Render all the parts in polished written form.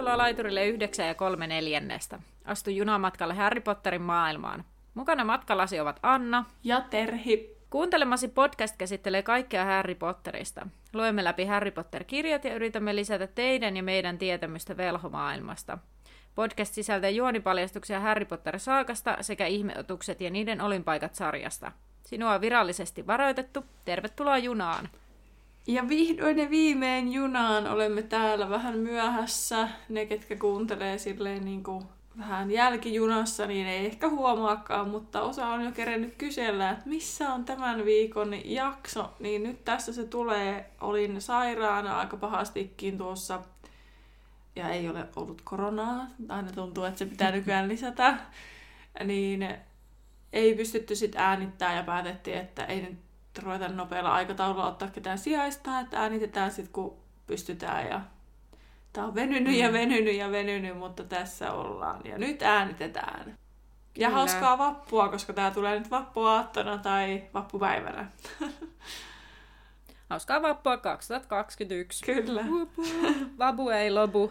Tervetuloa laiturille 9 3/4. Astu junamatkalle Harry Potterin maailmaan. Mukana matkallasi ovat Anna ja Terhi. Kuuntelemasi podcast käsittelee kaikkea Harry Potterista. Luemme läpi Harry Potter-kirjat ja yritämme lisätä teidän ja meidän tietämystä velhomaailmasta. Podcast sisältää juonipaljastuksia Harry Potter-saakasta sekä ihmeotukset ja niiden olinpaikat sarjasta. Sinua on virallisesti varoitettu. Tervetuloa junaan! Ja vihdoin ja viimein junaan olemme täällä vähän myöhässä. Ne, ketkä kuuntelee silleen niin kuin vähän jälkijunassa, niin ei ehkä huomaakaan, mutta osa on jo kerennyt kysellä, että missä on tämän viikon jakso. Niin nyt tässä se tulee. Olin sairaana aika pahastikin tuossa. Ja ei ole ollut koronaa. Aina tuntuu, että se pitää nykyään lisätä. Niin ei pystytty sitten äänittämään ja päätettiin, että ei nyt ruveta nopealla aikataululla ottaa ketään sijaista, että äänitetään sitten kun pystytään. Ja tää on venynyt, mutta tässä ollaan. Ja nyt äänitetään. Ja Kyllä. hauskaa vappua, koska tää tulee nyt vappuaattona tai vappupäivänä. Hauskaa vappua 2021. Kyllä. Vabu ei lobu.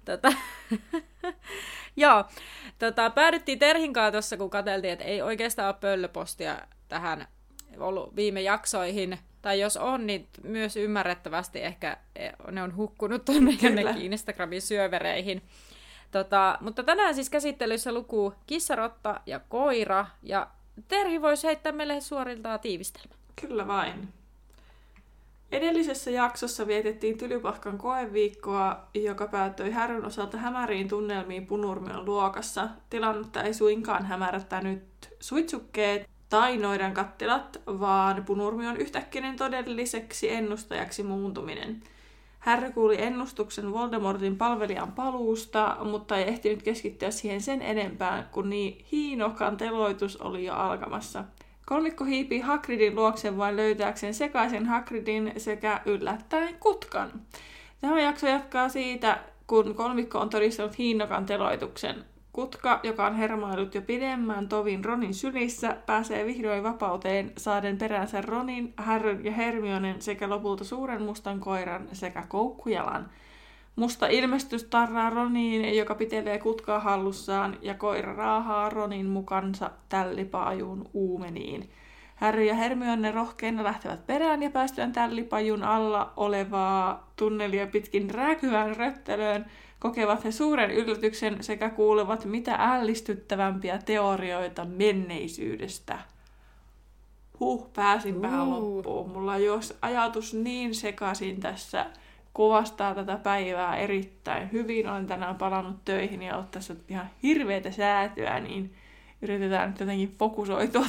Joo, päädyttiin Terhin kanssa tuossa, kun katseltiin, että ei oikeastaan ole pöllöpostia tähän ollut viime jaksoihin. Tai jos on, niin myös ymmärrettävästi ehkä ne on hukkunut tuonne jonnekin Instagramin syövereihin. Mutta tänään siis käsittelyssä luku Kissarotta ja koira. Ja Terhi voisi heittää meille suoriltaan tiivistelmä. Kyllä vain. Edellisessä jaksossa vietettiin Tylypahkan koeviikkoa, joka päättyi Härryn osalta hämäriin tunnelmiin Punurmion luokassa. Tilannetta ei suinkaan hämärtänyt suitsukkeet tai noidan kattilat, vaan Punurmion yhtäkkinen todelliseksi ennustajaksi muuntuminen. Harry kuuli ennustuksen Voldemortin palvelijan paluusta, mutta ei ehtinyt keskittyä siihen sen enempää, kun niin hiinokan teloitus oli jo alkamassa. Kolmikko hiipii Hagridin luokse vain löytääkseen sekaisen Hagridin sekä yllättäen Kutkan. Tämä jakso jatkaa siitä, kun kolmikko on todistanut hiinokan teloituksen. Kutka, joka on hermailut jo pidemmän tovin Ronin sylissä, pääsee vihdoin vapauteen saaden peräänsä Ronin, Harryn ja Hermionen sekä lopulta suuren mustan koiran sekä koukkujalan. Musta ilmestys tarraa Roniin, joka pitelee Kutkaa hallussaan, ja koira raahaa Ronin mukansa tällipajun uumeniin. Harry ja Hermione rohkeina lähtevät perään ja päästyään tällipajun alla olevaa tunnelia pitkin rääkyvään röttelöön, kokevat he suuren yllätyksen sekä kuulevat mitä ällistyttävämpiä teorioita menneisyydestä. Pääsinpähän loppuun. Mulla on jos ajatus niin sekaisin tässä. Kuvastaa tätä päivää erittäin hyvin. Olen tänään palannut töihin ja ollut tässä ihan hirveätä säätöä, niin yritetään nyt jotenkin fokusoitua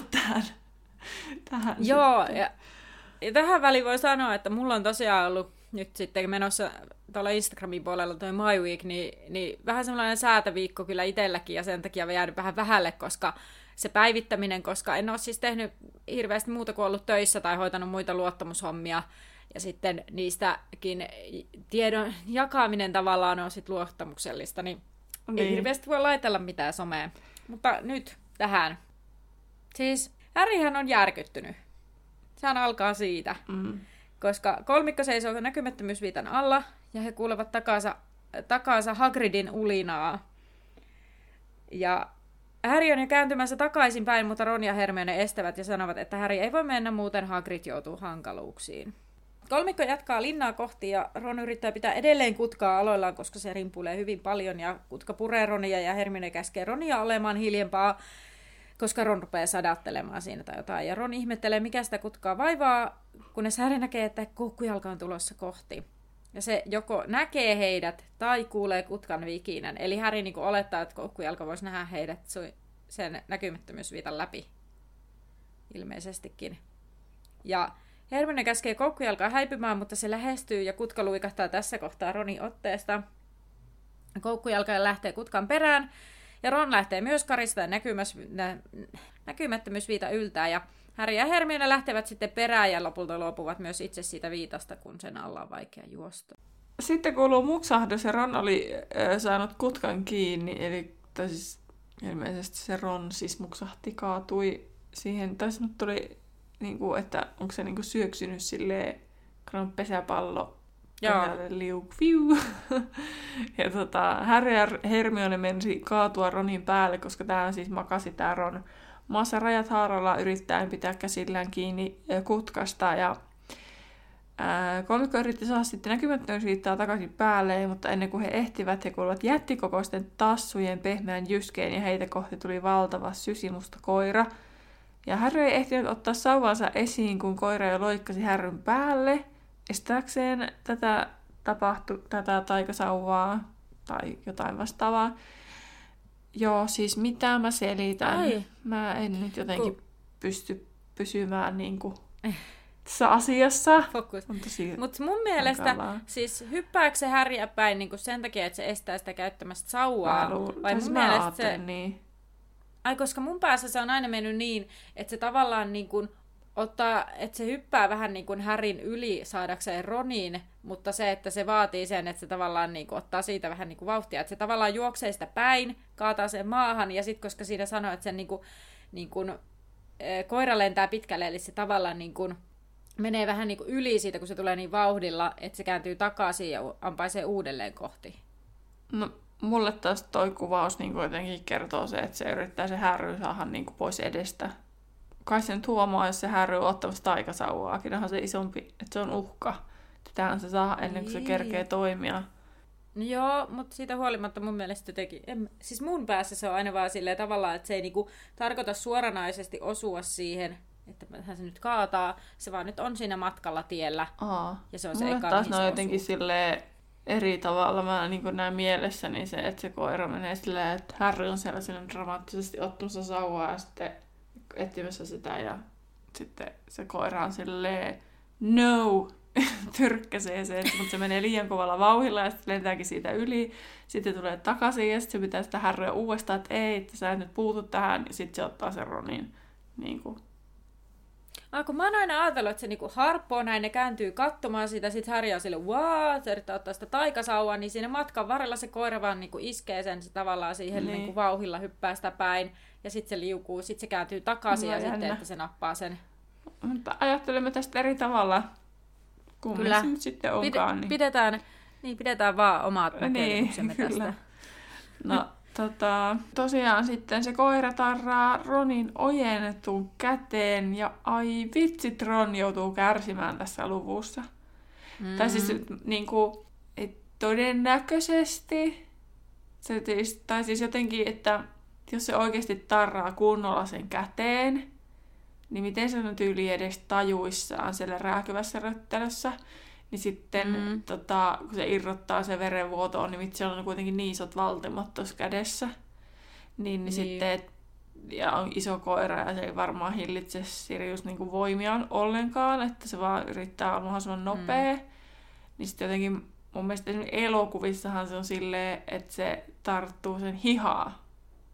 tähän. Joo, ja tähän väliin voi sanoa, että mulla on tosiaan ollut nyt sitten menossa tuolla Instagramin puolella toi My Week, niin vähän semmoinen säätöviikko kyllä itselläkin, ja sen takia jäänyt vähän vähälle, koska se päivittäminen, koska en ole siis tehnyt hirveästi muuta kuin ollut töissä tai hoitanut muita luottamushommia, ja sitten niistäkin tiedon jakaminen tavallaan on sit luottamuksellista, niin ei hirveästi voi laitella mitään someen. Mutta nyt tähän. Siis Harryhän on järkyttynyt. Sehän alkaa siitä. Koska kolmikko seisoo näkymättömyysviitan alla, ja he kuulevat takaansa Hagridin ulinaa. Ja Harry on jo kääntymässä takaisinpäin, mutta Ron ja Hermione estävät ja sanovat, että Harry ei voi mennä, muuten Hagrid joutuu hankaluuksiin. Kolmikko jatkaa linnaa kohti ja Ron yrittää pitää edelleen Kutkaa aloillaan, koska se rimpuilee hyvin paljon ja Kutka puree Ronia ja Hermione käskee Ronia olemaan hiljempaa, koska Ron rupeaa sadattelemaan siinä tai jotain. Ja Ron ihmettelee, mikä sitä Kutkaa vaivaa, kunnes Harry näkee, että koukkujalka on tulossa kohti. Ja se joko näkee heidät tai kuulee Kutkan vikinän. Eli Harry niin kuin olettaa, että koukkujalka voisi nähdä heidät sen näkymättömyysviitan läpi. Ilmeisestikin. Ja Hermione käskee koukkujalkaa häipymään, mutta se lähestyy ja Kutka luikahtaa tässä kohtaa Ronin otteesta. Koukkujalka lähtee Kutkan perään ja Ron lähtee myös karista ja näkymättömyysviita yltää. Ja Harry ja Hermione lähtevät sitten perään ja lopulta luopuvat myös itse siitä viitasta, kun sen alla on vaikea juosta. Sitten kuuluu muksahdos ja Ron oli saanut Kutkan kiinni, eli siis ilmeisesti se Ron siis muksahti, kaatui siihen, tai nyt tuli, niin kuin, että onko se niin kuin syöksynyt silleen pesäpallo Joo. Ja Harry ja Hermione menisi kaatua Ronin päälle, koska tää siis makasi tää Ron maassa rajat haaralla yrittäen pitää käsillään kiinni kutkasta. Ja kolmikko yritti saada sitten näkymättömyysviittaa takaisin päälle, mutta ennen kuin he ehtivät, he kuuluvat jättikokoisten tassujen pehmeän jyskeen ja heitä kohti tuli valtava sysimusta koira. Ja Harry ei ehtinyt ottaa sauvaansa esiin, kun koira jo loikkasi Harryn päälle estääkseen tätä taikasauvaa tai jotain vastaavaa. Joo, siis mitä mä selitän? Ai. Mä en nyt jotenkin pysty pysymään niinku tässä asiassa. Fokus. Mutta mun mielestä, hankalaa. siis hyppääkö se Harryä päin niinku sen takia, että se estää sitä käyttämästä sauvaa? Vai mun mielestä se... niin. Ai, koska mun päässä se on aina mennyt niin, että se tavallaan niin kuin ottaa, että se hyppää vähän niin kuin Harryn yli saadakseen Roniin, mutta se, että se vaatii sen, että se tavallaan niin kuin ottaa siitä vähän niin kuin vauhtia, että se tavallaan juoksee sitä päin, kaataa sen maahan, ja sitten koska siinä sanoo, että sen niin kuin, koira lentää pitkälle, eli se tavallaan niin kuin menee vähän niin kuin yli siitä, kun se tulee niin vauhdilla, että se kääntyy takaisin ja ampaisee uudelleen kohti. No, mulle taas toi kuvaus niin jotenkin kertoo se, että se yrittää se Harry saada niin pois edestä. Kai sen tuomaa, jos se Harry on ottamassa taikasauvaakin, onhan se isompi, että se on uhka. Tätähän se saa ennen kuin se kerkee toimia. No joo, mutta siitä huolimatta mun mielestä jotenkin, siis mun päässä se on aina vaan silleen tavallaan, että se ei niinku tarkoita suoranaisesti osua siihen, että hän se nyt kaataa, se vaan nyt on siinä matkalla tiellä. Ja se on se mulle eka, taas mihin on se jotenkin osuu. silleen eri tavalla. Mä niin näen mielessäni se, että se koira menee silleen, että Harry on siellä silleen dramaattisesti ottamassa sauvaa ja sitten etsimässä sitä ja sitten se koira on silleen no, tyrkkäsee se, mutta se menee liian kovalla vauhilla ja sitten lentääkin siitä yli. Sitten tulee takaisin ja sitten se pitää sitä Harryä uudestaan, että ei, että sä et nyt puutu tähän ja sitten se ottaa sen Ronin niin kuin. Kun mä oon aina ajatellut, että se niinku harppoo näin, ne kääntyy katsomaan sitä, sit Harry on sille, se yrittää ottaa sitä taikasauvaa, niin siinä matkan varrella se koira vaan niinku iskee sen se tavallaan siihen Niin. niinku vauhilla, hyppää sitä päin, ja sitten se liukuu, sitten se kääntyy takaisin, ja sitten, että se nappaa sen. Mutta ajattelemme tästä eri tavalla, kun Kyllä. me nyt sitten onkaan. Pidetään vaan omat näkemyksemme kyllä. tästä. No, tosiaan sitten se koira tarraa Ronin ojennettuun käteen ja ai vitsit, Ron joutuu kärsimään tässä luvussa. Tai siis niinku, todennäköisesti, tai siis jotenkin, että jos se oikeasti tarraa kunnolla sen käteen, niin miten se on tyyli edes tajuissaan siellä rääkyvässä röttelössä, niin sitten kun se irrottaa se verenvuotoon, niin siellä on kuitenkin niin isot valtimot tuossa kädessä. Niin. Sitten, ja on iso koira ja se ei varmaan hillitse Sirius niin kuin voimiaan ollenkaan, että se vaan yrittää olla mahdollisimman nopea. Niin sitten jotenkin mun mielestä esimerkiksi elokuvissahan se on silleen, että se tarttuu sen hihaa.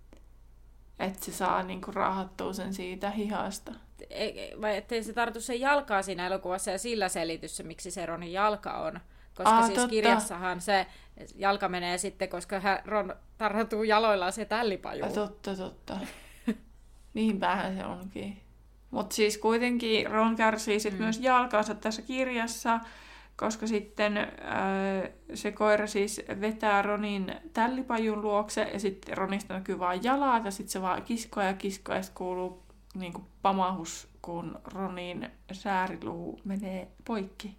Että se saa niinku raahattua sen siitä hihasta. Vai ettei se tartu sen jalkaa siinä elokuvassa ja sillä selitys se, miksi se Ronin jalka on. Koska siis totta. kirjassahan se jalka menee sitten, koska Ron tarhatuu jaloillaan se tällipajuun. Totta. Niinpähän se onkin. Mutta siis kuitenkin Ron kärsii sit myös jalkansa tässä kirjassa, koska sitten se koira siis vetää Ronin tällipajun luokse ja sitten Ronista näkyy vaan jalat ja sitten se vaan kiskoa ja sitten kuuluu niinku pamahus, kun Ronin sääriluu menee poikki.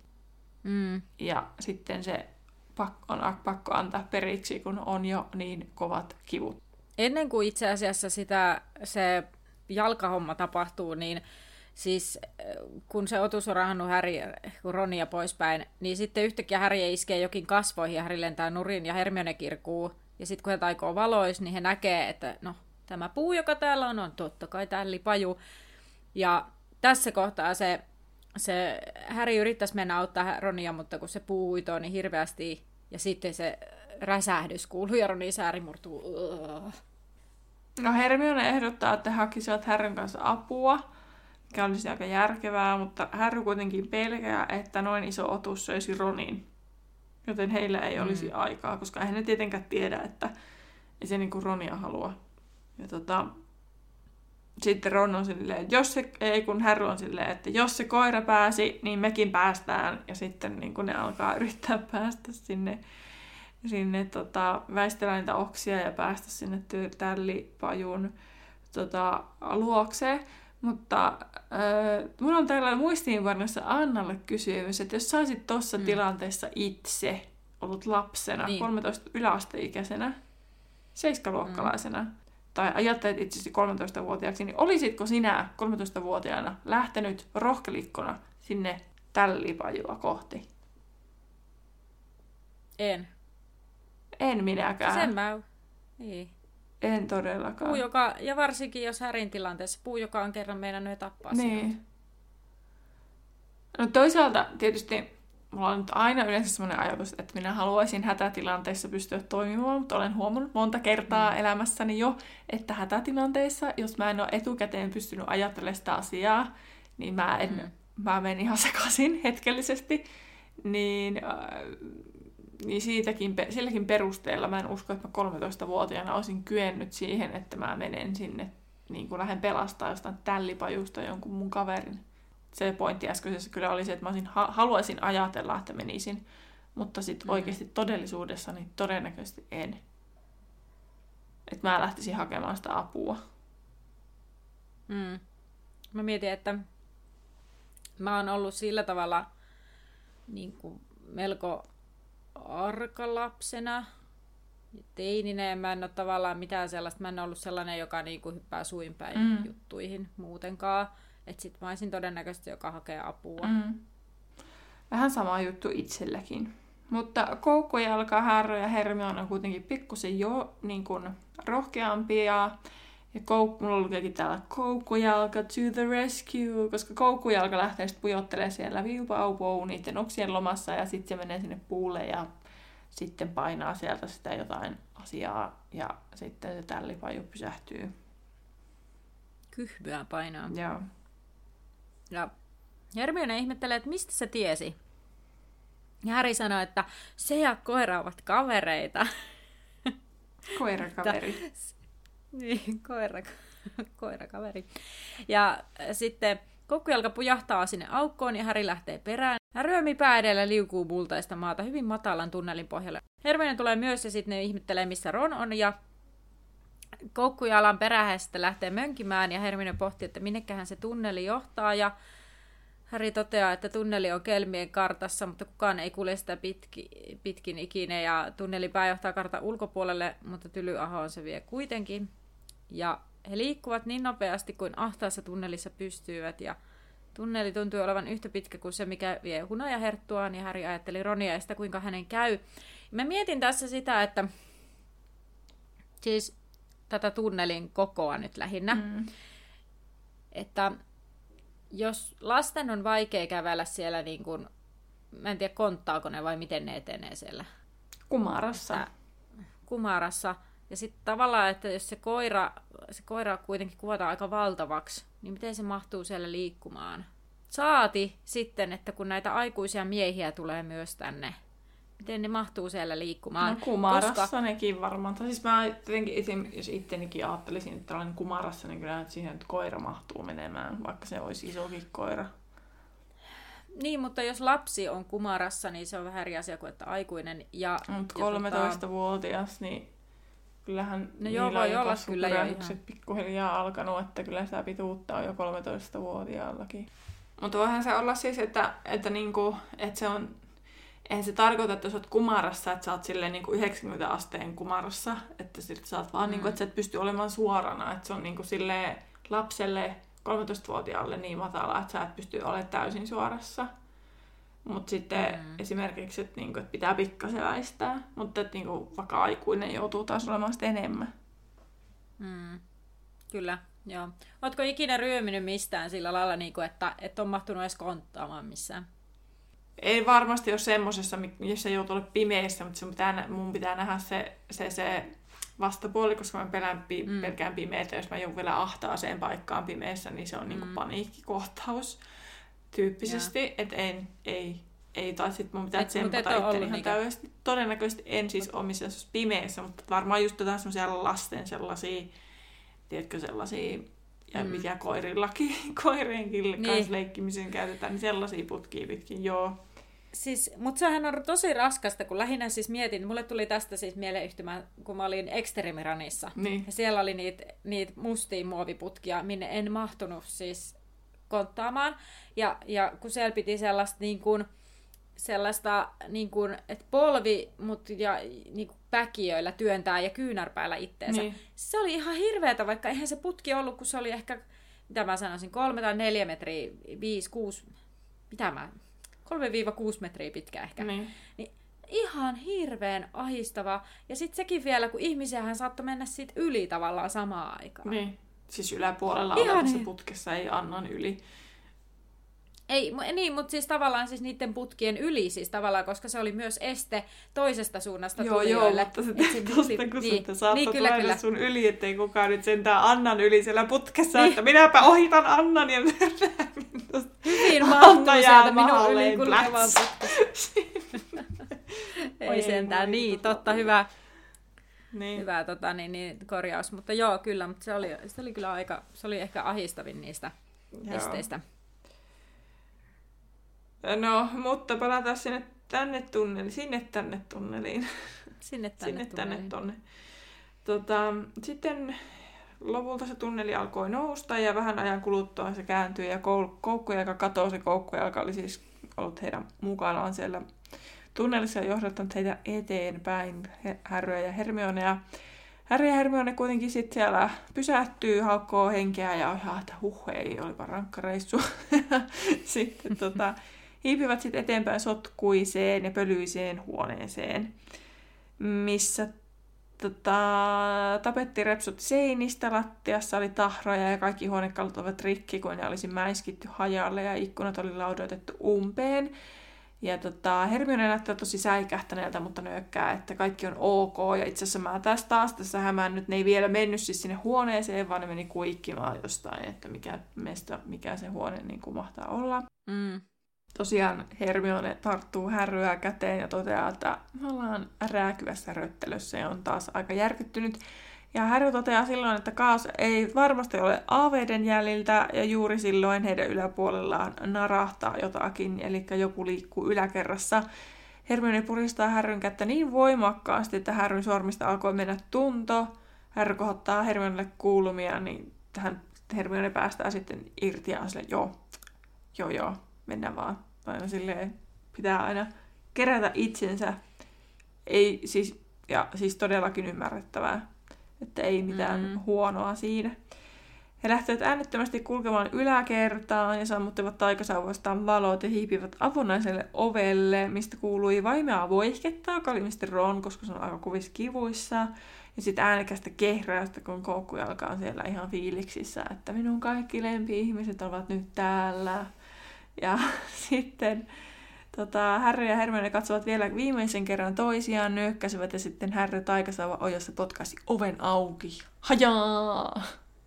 Ja sitten se on pakko antaa periksi, kun on jo niin kovat kivut. Ennen kuin itse asiassa se jalkahomma tapahtuu, niin siis kun se otus on rahannut Ronia poispäin, niin sitten yhtäkkiä Harry iskee jokin kasvoihin ja Harry lentää nurin ja Hermione kirkuu. Ja sitten kun he taikoo valois, niin he näkee, että no, tämä puu, joka täällä on totta kai tällipaju. Ja tässä kohtaa se Harry yrittäisi mennä auttaa Ronia, mutta kun se puu uitoo niin hirveästi ja sitten se räsähdys kuuluu ja Ronin sääri murtuu. No Hermione ehdottaa, että he hakisivat Harryn kanssa apua, mikä olisi aika järkevää, mutta Harry kuitenkin pelkää, että noin iso otus söisi Ronin. Joten heillä ei olisi aikaa, koska eihän ne tietenkään tiedä, että ei se niinku Ronia halua. Ja sitten Ron on silleen, kun Harry on silleen, että jos se koira pääsi, niin mekin päästään. Ja sitten niin kun ne alkaa yrittää päästä sinne väistellä niitä oksia ja päästä sinne tällipajun luokse. Mutta mun on tällainen muistiinpanossa Annalle kysymys, että jos sä olisit tuossa tilanteessa itse ollut lapsena, 13 yläasteikäisenä, 7-luokkalaisena, tai ajattelet itsesi 13-vuotiaaksi, niin olisitko sinä 13-vuotiaana lähtenyt rohkelikkona sinne tällipajua kohti? En minäkään. Sen mä niin. En todellakaan. Ja varsinkin jos Harryn tilanteessa puu, joka on kerran meinannut tappaa niin. sinut. No toisaalta tietysti mulla on nyt aina yleensä sellainen ajatus, että minä haluaisin hätätilanteissa pystyä toimimaan, mutta olen huomannut monta kertaa elämässäni jo, että hätätilanteissa, jos mä en ole etukäteen pystynyt ajattelemaan sitä asiaa, niin mä menen ihan sekaisin hetkellisesti, niin silläkin perusteella mä en usko, että mä 13-vuotiaana olisin kyennyt siihen, että mä menen sinne, niin kuin lähden pelastaa jostain tällipajusta jonkun mun kaverin. Se pointti äskeisessä kyllä oli se, että mä haluaisin ajatella, että menisin, mutta sitten oikeasti todellisuudessa niin todennäköisesti en. Että mä lähtisin hakemaan sitä apua. Mä mietin, että mä oon ollut sillä tavalla niin kuin melko arka lapsena, teininä, ja mä en ole tavallaan mitään sellaista, mä en ollut sellainen, joka niinku hyppää suinpäin juttuihin muutenkaan. Että sit mä olisin todennäköisesti, joka hakee apua. Vähän sama juttu itselläkin. Mutta koukkujalka, Harry ja Hermione on kuitenkin pikkusen jo niin kuin rohkeampia. Ja mulla lukeekin täällä koukkujalka to the rescue, koska koukkujalka lähtee sitten pujottelemaan siellä viupaupou niiden oksien lomassa ja sitten se menee sinne puulle ja sitten painaa sieltä sitä jotain asiaa ja sitten se tällipaju pysähtyy. Kyhbyä painaa. Joo. Ja Hermione ihmettelee, että mistä se tiesi. Ja Harry sanoi, että se ja koira ovat kavereita. Koirakaveri. Niin, koirakaveri. Ja sitten koukkujalka pujahtaa sinne aukkoon ja Harry lähtee perään. Hän ryömii pää edellä liukuu multaista maata hyvin matalan tunnelin pohjalle. Hermione tulee myös ja sitten ne ihmettelee, missä Ron on. Ja koukkujalan perään sitten lähtee mönkimään ja Hermione pohtii, että minnekähän se tunneli johtaa. Ja Harry toteaa, että tunneli on kelmien kartassa, mutta kukaan ei kulje sitä pitkin ikinä. Ja tunnelin pää johtaa kartan ulkopuolelle, mutta Tylyahoon se vie kuitenkin. Ja he liikkuvat niin nopeasti kuin ahtaassa tunnelissa pystyvät. Ja tunneli tuntuu olevan yhtä pitkä kuin se, mikä vie hunajaherttuaan. Ja Harry ajatteli Ronia ja sitä, kuinka hänen käy. Ja mä mietin tässä sitä, että siis tätä tunnelin kokoa nyt lähinnä. Että jos lasten on vaikea kävellä siellä, niin kun, mä en tiedä konttaako ne vai miten ne etenee siellä. Kumarassa. Ja sitten tavallaan, että jos se koira kuitenkin kuvataan aika valtavaksi, niin miten se mahtuu siellä liikkumaan? Saati sitten, että kun näitä aikuisia miehiä tulee myös tänne, miten ne mahtuu siellä liikkumaan? No kumarassa nekin varmaan. Siis mä jotenkin, jos ittenikin ajattelisin, että olen kumarassa, niin kyllä siihen että koira mahtuu menemään, vaikka se olisi isokin koira. Niin, mutta jos lapsi on kumarassa, niin se on vähän eri asia kuin että aikuinen. Mutta 13-vuotias, niin kyllähän niillä voi olla kyllä jo ihan pikkuhiljaa alkanut, että kyllä sitä pituutta on jo 13-vuotiaallakin. Mutta voihan se olla siis, että se on. Eihän se tarkoita, että jos olet kumarassa, että sä oot silleen niin kuin 90 asteen kumarassa, että siltä sä oot vaan, niin kuin, että sä et pysty olemaan suorana, että se on niin kuin silleen lapselle 13-vuotiaalle niin matala, että sä et pysty olemaan täysin suorassa. Mutta sitten esimerkiksi, että pitää pikkasen väistää, mutta että vaikka aikuinen joutuu taas olemaan sitä enemmän. Kyllä, joo. Ootko ikinä ryöminyt mistään sillä lailla, että et on mahtunut edes konttaamaan missään? Ei varmasti ole semmosessa, missä joutuu olla pimeässä, mutta mun pitää nähdä se vastapuoli, koska mä pelkään pimeätä. Jos mä joudun vielä ahtaaseen paikkaan pimeässä, niin se on niinku paniikkikohtaus tyyppisesti. Että ei tai sit mun pitää tsempata itteni ihan täydellisesti. Todennäköisesti en siis ole missään pimeässä, mutta varmaan just jotain semmosia lasten sellaisia, tiedätkö, sellaisia ja mikä koirienkin kanssa leikkimiseen käytetään, niin sellaisia putkia pitkin, joo. Siis, mutta sehän on tosi raskasta, kun lähinnä siis mietin, mulle tuli tästä siis mieleyhtymä, kun mä olin Extremiranissa. Niin. Ja siellä oli niitä mustia muoviputkia, minne en mahtunut siis konttaamaan. Ja kun siellä piti sellaista että polvi ja päkiöillä työntää ja kyynärpäillä itteensä. Niin. Se oli ihan hirveätä, vaikka eihän se putki ollut, kun se oli ehkä, mitä mä sanoisin, 3 tai 4 metriä, 5, 6, 3-6 metriä pitkä ehkä. Niin ihan hirveän ahistava. Ja sitten sekin vielä, kun ihmisiähän saattoi mennä siitä yli tavallaan samaan aikaan. Niin, siis yläpuolella olevassa putkessa ei annan yli. Ei, niin, mutta siis tavallaan siis niiden putkien yli, siis tavallaan, koska se oli myös este toisesta suunnasta tulijoille. Joo, mutta se tosta, kun sitten saattaa tulla sun yli, ettei kukaan nyt sentään Annan yli siellä putkessa, että minäpä ohitan Annan ja hyvin mahtuu sieltä minun yli kulkevaan putkessa. Ei sentään, niin, totta, hyvä. Niin. Hyvä korjaus, mutta joo, kyllä, mutta se oli kyllä se oli ehkä ahistavin niistä esteistä. No, mutta palataan sinne tänne tunneliin. Sinne tonne. Sitten lopulta se tunneli alkoi nousta ja vähän ajan kuluttua se kääntyi ja koukkujalka katosi. Se koukkujalka oli siis ollut heidän mukanaan siellä tunnelissa ja johdattanut heitä eteenpäin, Harryä ja Hermionea. Harry ja Hermione kuitenkin sitten siellä pysähtyy, haukkoo henkeä ja että ei, olipa rankka reissu. Sitten hiipivät sitten eteenpäin sotkuiseen ja pölyiseen huoneeseen, missä tapetti repsut seinistä, lattiassa oli tahroja ja kaikki huonekalut olivat rikki, kun ne olisi mäiskitty hajalle ja ikkunat oli laudoitettu umpeen. Ja Hermione näyttää tosi säikähtäneeltä, mutta nökkää, että kaikki on ok. Ja itse asiassa mä tässä hämännyt, ne ei vielä mennyt siis sinne huoneeseen, vaan ne meni kuikkimaan jostain, että mikä se huone niin kuin mahtaa olla. Tosiaan Hermione tarttuu Harryä käteen ja toteaa, että me ollaan rääkyvässä röttelössä ja on taas aika järkyttynyt. Ja Harry toteaa silloin, että kaos ei varmasti ole aaveiden jäljiltä ja juuri silloin heidän yläpuolellaan narahtaa jotakin, eli joku liikkuu yläkerrassa. Hermione puristaa Harryn kättä niin voimakkaasti, että Harryn sormista alkoi mennä tunto. Harry kohottaa Hermionelle kuulumia, niin Hermione päästää sitten irti ja on silleen, joo, mennään vaan. Aina silleen, pitää aina kerätä itsensä. Ei, siis todellakin ymmärrettävää, että ei mitään huonoa siinä. He lähtevät äänettömästi kulkemaan yläkertaan ja sammuttivat taikasauvoistaan valot ja hiipivät avonaiselle ovelle, mistä kuului vaimeaa voihketta, joka oli Mr. Ron, koska se on aika kovissa kivuissa. Ja sitten äänekästä kehräystä, kun koukkujalka on siellä ihan fiiliksissä, että minun kaikki lempi-ihmiset ovat nyt täällä. Ja sitten Harry ja Hermione katsovat vielä viimeisen kerran toisiaan, nyökkäsivät ja sitten Harry taikasauva ojassa potkaisi oven auki. Hajaa!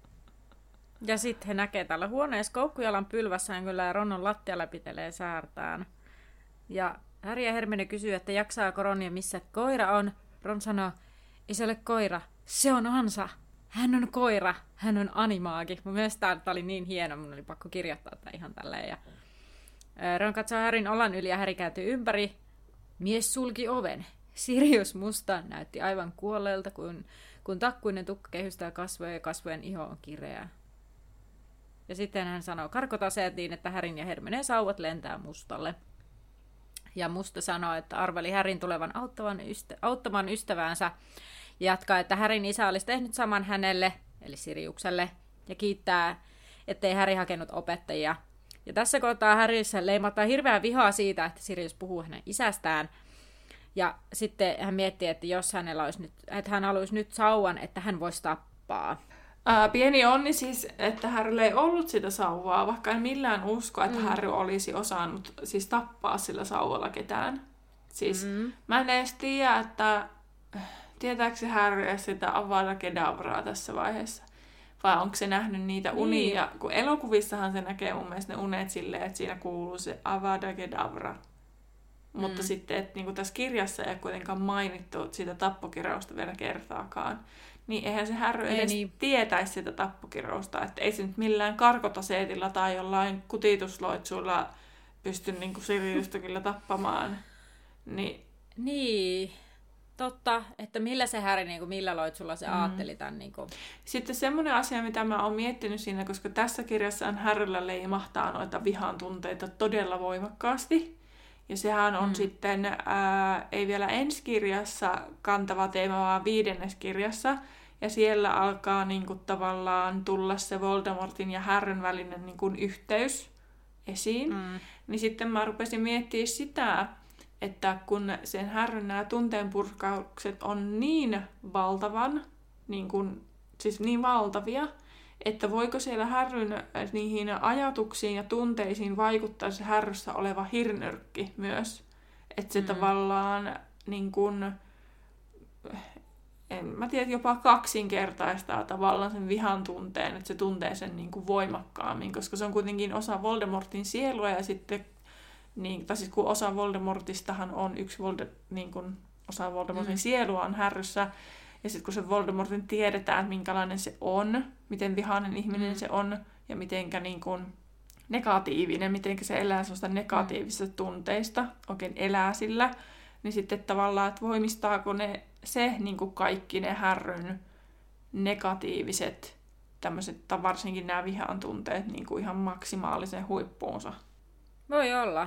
Ja sitten he näkee täällä huoneessa koukkujalan pylvässään kyllä ja Ron on lattialla pitelee säärtään. Ja Harry ja Hermione kysyy, että jaksaako Ron ja missä koira on. Ron sanoo, ei se ole koira, se on Ansa. Hän on koira, hän on animaagi. Mun mielestä tämä oli niin hieno, mun oli pakko kirjoittaa tämä ihan tälleen. Ja Ron katsoo Harryn olan yli ja Harry kääntyy ympäri. Mies sulki oven. Sirius Musta näytti aivan kuolleelta, kun takkuinen tukka kehystää kasvoja ja kasvojen iho on kireä. Ja sitten hän sanoo karkotaseet niin, että Harryn ja Hermioneen sauvat lentää Mustalle. Ja Musta sanoo, että arveli Harryn tulevan auttamaan ystäväänsä. Ja jatkaa, että Harryn isä olisi tehnyt saman hänelle, eli Siriukselle, ja kiittää, ettei Harry hakenut opettajia. Ja tässä kohtaa Harryssä leimataan hirveää vihaa siitä, että Sirius puhuu hänen isästään. Ja sitten hän miettii, että jos että hän haluaisi nyt sauvan, että hän voisi tappaa. Pieni onni siis, että Harryllä ei ollut sitä sauvaa, vaikka en millään usko, että Harry olisi osannut siis tappaa sillä sauvalla ketään. Siis mä en edes tiedä, että tietääkö se Harry sitä Avada Kedavraa tässä vaiheessa. Vai onko se nähnyt niitä unia? Niin. Kun elokuvissahan se näkee mun mielestä ne unet silleen, että siinä kuuluu se Avada Kedavra. Mutta sitten, että niin tässä kirjassa ei kuitenkaan mainittu sitä tappokirjausta vielä kertaakaan. niin eihän se Harry edes tietäisi sitä tappokirousta, että ei se nyt millään karkotaseetilla tai jollain kutitusloitsuilla pysty niin kuin Siriusta kyllä tappamaan. Niin, totta, että millä se Harry, niin kuin, millä loitsulla se ajatteli tämän. Niin kuin. Sitten semmoinen asia, mitä mä oon miettinyt siinä, koska tässä kirjassa Harryllä leimahtaa noita vihan tunteita todella voimakkaasti. Ja sehän on sitten, ei vielä ensi kirjassa kantava teema, vaan 5. kirjassa. Ja siellä alkaa niin kuin, tavallaan tulla se Voldemortin ja Harryn välinen niin kuin, yhteys esiin. Niin sitten mä rupesin miettimään sitä, että kun sen Harryn nämä tunteenpurkaukset on niin valtavan, siis niin valtavia, että voiko siellä Harryn niihin ajatuksiin ja tunteisiin vaikuttaa se Harryssä oleva hirnyrkki myös. Että se tavallaan niin kuin, en mä tiedä, jopa kaksinkertaistaa tavallaan sen vihan tunteen, että se tuntee sen niin kuin voimakkaammin, koska se on kuitenkin osa Voldemortin sielua ja sitten tai siis kun osa Voldemortistahan on osa Voldemortin sielua on Harryssä, ja sitten kun se Voldemortin tiedetään, minkälainen se on, miten vihainen ihminen se on, ja mitenkä niin kuin negatiivinen, mitenkä se elää sellaista negatiivisista tunteista, oikein elää sillä, niin sitten tavallaan, että voimistaako se niin kuin kaikki ne Harryn negatiiviset tämmöiset, varsinkin nämä vihan tunteet niin kuin ihan maksimaalisen huippuunsa. Voi olla.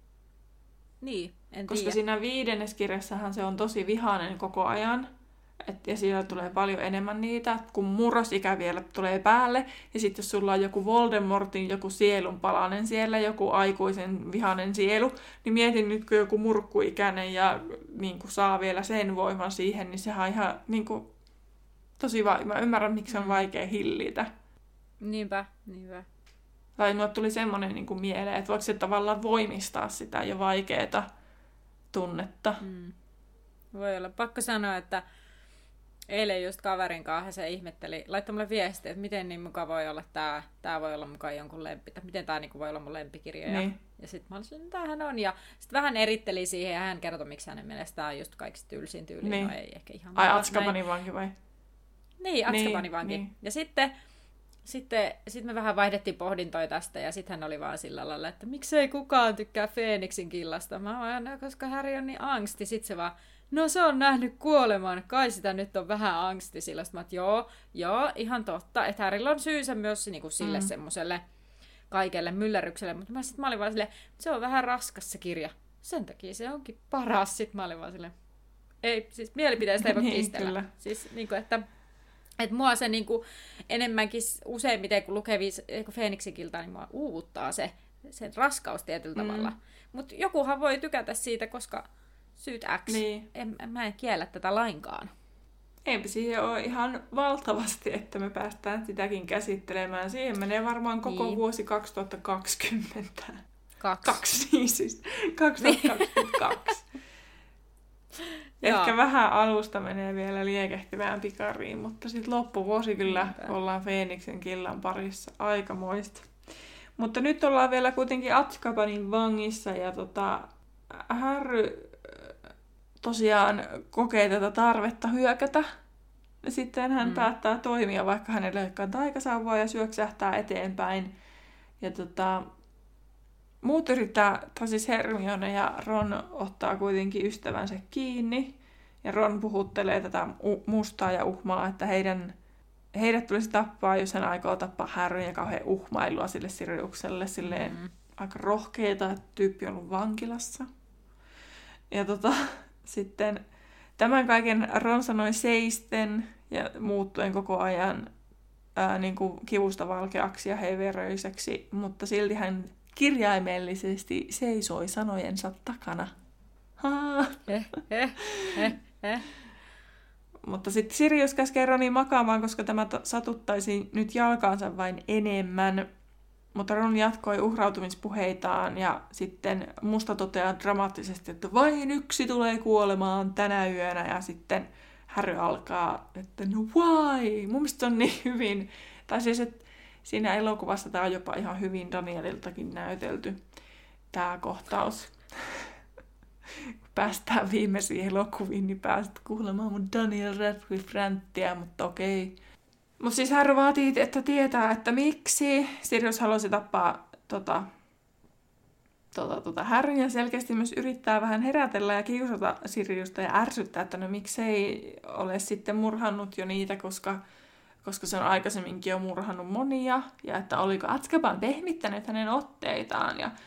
Niin, koska siinä 5. kirjassahan se on tosi vihainen koko ajan. Ja siellä tulee paljon enemmän niitä, kun murrosikä vielä tulee päälle. Ja sitten jos sulla on joku Voldemortin, joku sielunpalanen siellä, joku aikuisen vihainen sielu, niin mietin nyt, kun joku murkkuikäinen ja niin kuin saa vielä sen voiman siihen, niin sehän on ihan niin kuin, tosi mä ymmärrän, miksi se on vaikea hillitä. Niinpä. Tai minulle tuli semmoinen niin kuin mieleen, että voiko se tavallaan voimistaa sitä jo vaikeaa tunnetta. Voi olla. Pakko sanoa, että eilen just kaverin kanssa se ihmetteli, laittoi mulle viestiä, että miten niin muka voi olla tää voi olla mukaan jonkun lempi, tai miten tää niin voi olla mun lempikirja. Niin. Ja sitten mä olisin, että tämähän on. Ja sitten vähän eritteli siihen ja hän kertoi, miksi hänen mielestä tää on just kaikista tylsin tyyliin. Niin. No ei ehkä ihan. Ai Azkabanin vanki vai? Niin, Azkabanin vanki. Niin. Ja sitten me vähän vaihdettiin pohdintoja tästä, ja sitten hän oli vaan sillä lailla, että miksei kukaan tykkää Feeniksin killasta. Mä vaan, no, koska Harry on niin angsti. Sitten se vaan, no se on nähnyt kuoleman, kai sitä nyt on vähän angsti sillä. Sitten mä oon, joo, ihan totta. Että Harrylla on syynsä myös niin kuin sille semmoselle kaikelle myllerrykselle. Mutta mä olin vaan silleen, se on vähän raskas se kirja. Sen takia se onkin paras. Sitten mä olin vaan silleen, ei, siis mielipiteistä ei voi kiistellä. Siis niin kuin, että mua se niinku enemmänkin useimmiten, kun lukee Feeniksin kiltaa, niin mua uuvuttaa sen raskaus tietyllä tavalla. Mutta jokuhan voi tykätä siitä, koska syyt X. Niin. Mä en kiellä tätä lainkaan. Eipä siihen ole ihan valtavasti, että me päästään sitäkin käsittelemään. Siihen menee varmaan koko vuosi 2020. Kaksi, siis 2022. Ehkä vähän alusta menee vielä liekehtivään pikariin, mutta sitten loppuvuosi kyllä ollaan Feeniksen killan parissa. Aikamoista. Mutta nyt ollaan vielä kuitenkin Azkabanin vangissa ja Harry tosiaan kokee tätä tarvetta hyökätä. Sitten hän päättää toimia, vaikka hänellä ei olekaan taikasauvaa ja syöksähtää eteenpäin. Ja muut yrittää, siis Hermione ja Ron ottaa kuitenkin ystävänsä kiinni. Ja Ron puhuttelee tätä mustaa ja uhmaa, että heidät tulisi tappaa, jos hän aikoo tappaa Harryn, ja kauhean uhmailua sille Siriukselle. Silleen aika rohkeeta, että tyyppi on ollut vankilassa. Ja sitten tämän kaiken Ron sanoi seisten ja muuttuen koko ajan niin kuin kivusta valkeaksi ja heiveröiseksi, mutta silti hän kirjaimellisesti seisoi sanojensa takana. Mutta sitten Sirius käskee Ronin makaamaan, koska tämä satuttaisi nyt jalkaansa vain enemmän. Mutta Ron jatkoi uhrautumispuheitaan ja sitten Musta toteaa dramaattisesti, että vain yksi tulee kuolemaan tänä yönä. Ja sitten Harry alkaa, että no why? Mun mielestä se on niin hyvin. Tai siis, että siinä elokuvassa tämä on jopa ihan hyvin Danieliltakin näytelty, tämä kohtaus. päästään viimeisiin elokuviin, niin pääset kuulemaan mun Daniel Radcliffe-ränttiä, mutta okei. Mutta siis Harry vaatii, että tietää, että miksi Sirius halusi tappaa Harryn ja selkeästi myös yrittää vähän herätellä ja kiusata Siriusta ja ärsyttää, että no miksei ole sitten murhannut jo niitä, koska se on aikaisemminkin jo murhannut monia, ja että oliko Azkaban pehmittänyt hänen otteitaan, ja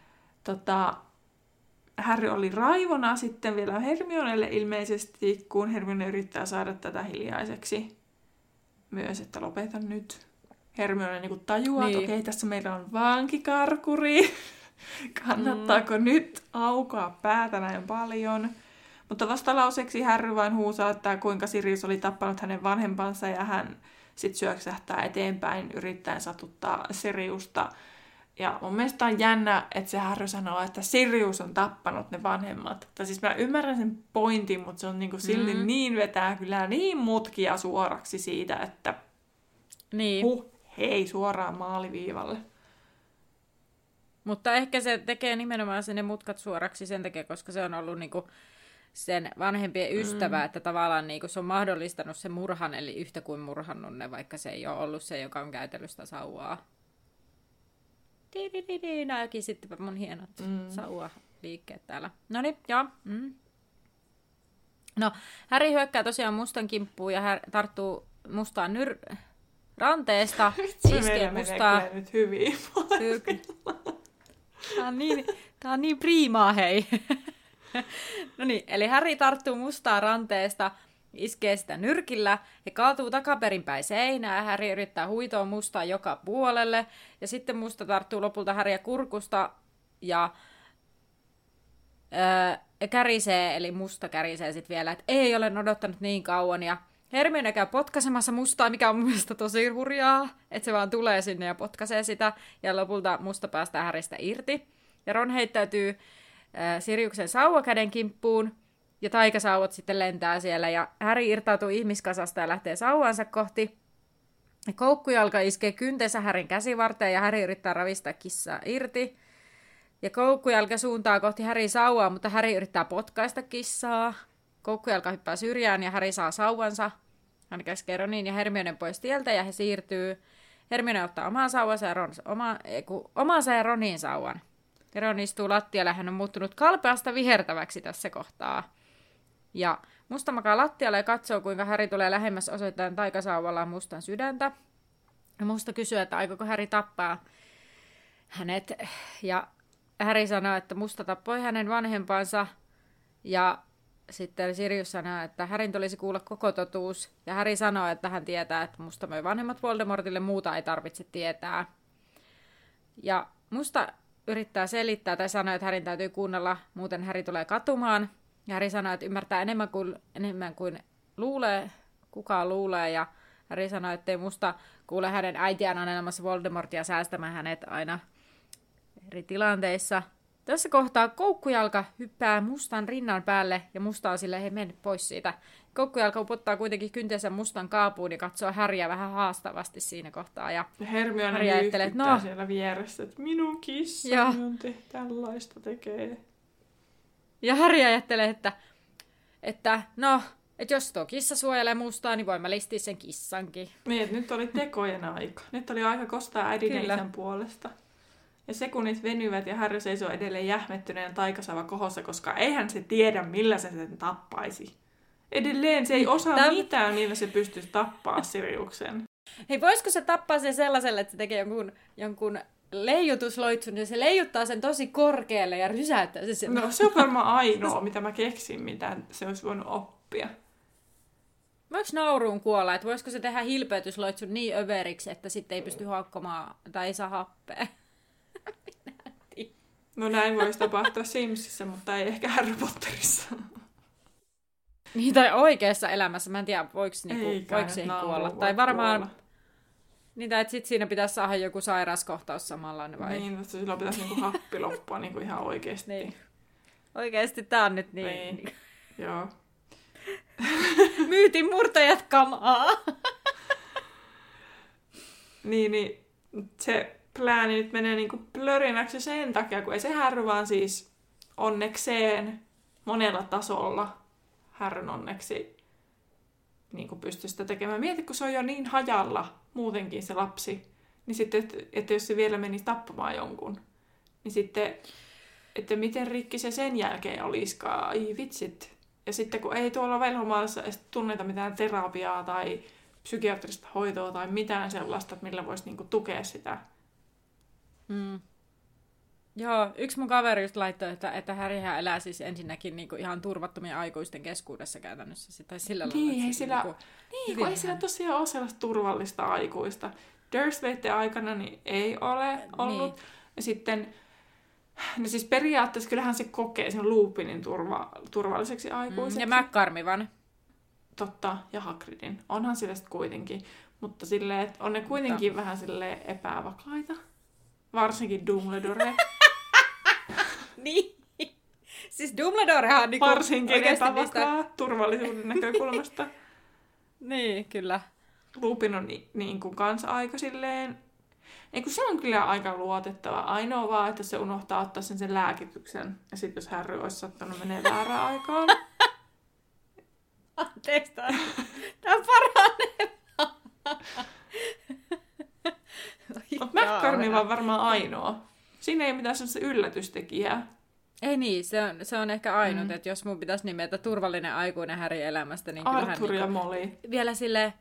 Harry oli raivona sitten vielä Hermionelle ilmeisesti, kun Hermione yrittää saada tätä hiljaiseksi myös, että lopeta nyt. Hermione niin kuin tajuaa, että okei, tässä meillä on vankikarkuri. Kannattaako nyt aukoa päätä näin paljon? Mutta vastalauseeksi Harry vain huusaa, että kuinka Sirius oli tappanut hänen vanhempansa ja hän sitten syöksähtää eteenpäin yrittäen satuttaa Siriusta. Ja mun mielestä on jännä, että se Harry sanoo, että Sirius on tappanut ne vanhemmat. Tai siis mä ymmärrän sen pointin, mutta se on niinku silti niin vetää kyllä niin mutkia suoraksi siitä, että hei suoraan maaliviivalle. Mutta ehkä se tekee nimenomaan sinne mutkat suoraksi sen takia, koska se on ollut niinku sen vanhempien ystävä, että tavallaan niinku se on mahdollistanut sen murhan, eli yhtä kuin murhannut ne, vaikka se ei ole ollut se, joka on käytellyt sitä sauvaa. Nämäkin sitten mun hienot sauva-liikkeet täällä. Noniin, joo. No, Harry hyökkää tosiaan mustan kimppuun ja tarttuu mustaan ranteesta. Iskee mustaa. Menee nyt hyvin. Tää on niin priimaa, hei. No niin, eli Harry tarttuu mustaan ranteesta, iskee sitä nyrkillä ja kaatuu takaperinpäin seinään. Harry yrittää huitoa mustaa joka puolelle ja sitten musta tarttuu lopulta Harryä kurkusta ja kärisee, eli musta kärisee sitten vielä, että ei ole odottanut niin kauan ja Hermione käy potkaisemassa mustaa, mikä on mun mielestä tosi hurjaa, että se vaan tulee sinne ja potkaisee sitä ja lopulta musta päästää Harrystä irti. Ja Ron heittäytyy Siriuksen sauvakäden kimppuun ja taikasauvat sitten lentää siellä ja Harry irtautuu ihmiskasasta ja lähtee sauvansa kohti. Ja koukkujalka iskee kyntensä Harryn käsivarteen ja Harry yrittää ravistaa kissaa irti. Ja koukkujalka suuntaa kohti Harryn sauvaa, mutta Harry yrittää potkaista kissaa. Koukkujalka hyppää syrjään ja Harry saa sauvansa. Hän käskee Ronin ja Hermionen pois tieltä ja he siirtyy. Hermione ottaa oman sauvansa ja omansa ja Ronin sauvan. Ron istuu lattialle ja hän on muuttunut kalpeasta vihertäväksi tässä kohtaa. Ja musta makaa lattialle ja katsoo, kuinka Harry tulee lähemmäs osoittaen taikasauvallaan mustan sydäntä. Ja musta kysyy, että aikooko Harry tappaa hänet. Ja Harry sanoo, että musta tappoi hänen vanhempansa. Ja sitten Sirius sanoo, että Harryn tulisi kuulla koko totuus. Ja Harry sanoo, että hän tietää, että musta möi vanhemmat Voldemortille, muuta ei tarvitse tietää. Ja musta yrittää selittää tai sanoa, että Harryn täytyy kuunnella, muuten Harry tulee katumaan. Ja Harry sanoo, että ymmärtää enemmän kuin luulee, kukaan luulee. Ja Harry sanoo, että ei musta kuule hänen äitiään anelemassa Voldemortia säästämään hänet aina eri tilanteissa. Tässä kohtaa koukkujalka hyppää mustan rinnan päälle ja musta on silleen, hei mennyt pois siitä. Koukkujalka upottaa kuitenkin kyntensä mustan kaapuun ja katsoo Harryä vähän haastavasti siinä kohtaa. Ja Hermione ajattelee, että siellä vieressä, että minun kissani on tällaista tekee. Ja Harry ajattelee, että jos tuo kissa suojelee mustaa, niin voin mä listiä sen kissankin. Niin, nyt oli tekojen aika. Nyt oli aika kostaa äidin ja isän puolesta. Ja sekunnit venyvät ja Harry seisoo edelleen jähmettyneen taikasauva kohossa, koska eihän se tiedä, millä se sen tappaisi. Edelleen se ei osaa mitään, millä se pystyisi tappaa Siriuksen. Hei, voisiko se tappaa sen sellaiselle, että se tekee jonkun leijutusloitsun ja se leijuttaa sen tosi korkealle ja rysäyttää se sen? No se on varmaan ainoa, mitä mä keksin, mitä se olisi voinut oppia. Voiko nauruun kuolla, että voisiko se tehdä hilpeytysloitsun niin överiksi, että sitten ei pysty haukkomaan tai ei saa happea? No näin voisi tapahtua Simsissä, mutta ei ehkä Harry Potterissa. Niin, tai oikeassa elämässä. Mä en tiedä, voiko siihen kuolla. Tai varmaan kuolla. Niin, tai sitten siinä pitäisi saada joku sairauskohtaus samanlainen vai? Niin, mutta silloin pitäisi happi loppua ihan oikeasti. Niin. Oikeasti tää on nyt niin. Joo. Myytin murtajat kamaa. niin se plääni nyt menee plörinäksi sen takia, kun ei se Harry vaan siis onnekseen monella tasolla Harryn onneksi niin kuin pystyi sitä tekemään. Mieti, kun se on jo niin hajalla muutenkin se lapsi, niin sitten, että jos se vielä menisi tappamaan jonkun, niin sitten, että miten rikki se sen jälkeen olisikaan. Ai vitsit. Ja sitten kun ei tuolla velhomaalassa edes tunneta mitään terapiaa tai psykiatrista hoitoa tai mitään sellaista, millä voisi niinku tukea sitä. Joo, yksi mun kaveri just laittoi, että Harryhän elää siis ensinnäkin niinku ihan turvattomien aikuisten keskuudessa käytännössä. Tai sillä lailla, Niin, ei sillä tosiaan ole sellaista turvallista aikuista. Dursleyten aikana niin ei ole ollut. Niin. Ja sitten, no siis periaatteessa kyllähän se kokee sen Lupinin turvalliseksi aikuiseksi. Ja McCormivan. Totta, ja Hagridin. Onhan sillä sitten kuitenkin. Mutta silleen, että on ne kuitenkin vähän silleen epävakaita. Varsinkin Dumbledore. Niin. Siis Dumbledorehan on niinku varsinkin epävakaa turvallisuuden näkökulmasta. Niin, kyllä. Lupin on niin kuin kans aika silleen... Eiku se on kyllä aika luotettava. Ainoa vaan, että se unohtaa ottaa sen lääkityksen. Ja sitten jos Harry olisi sattunut menee väärään aikaan. Anteeksi, tää paranee. Mutta McCormick on varmaan ainoa. Siinä ei ole mitään sellaista yllätystekijää. Ei niin, se on ehkä ainut, että jos mun pitäisi nimetä turvallinen aikuinen Harry elämästä, niin kyllähän Arthur ja Molly. Vielä sille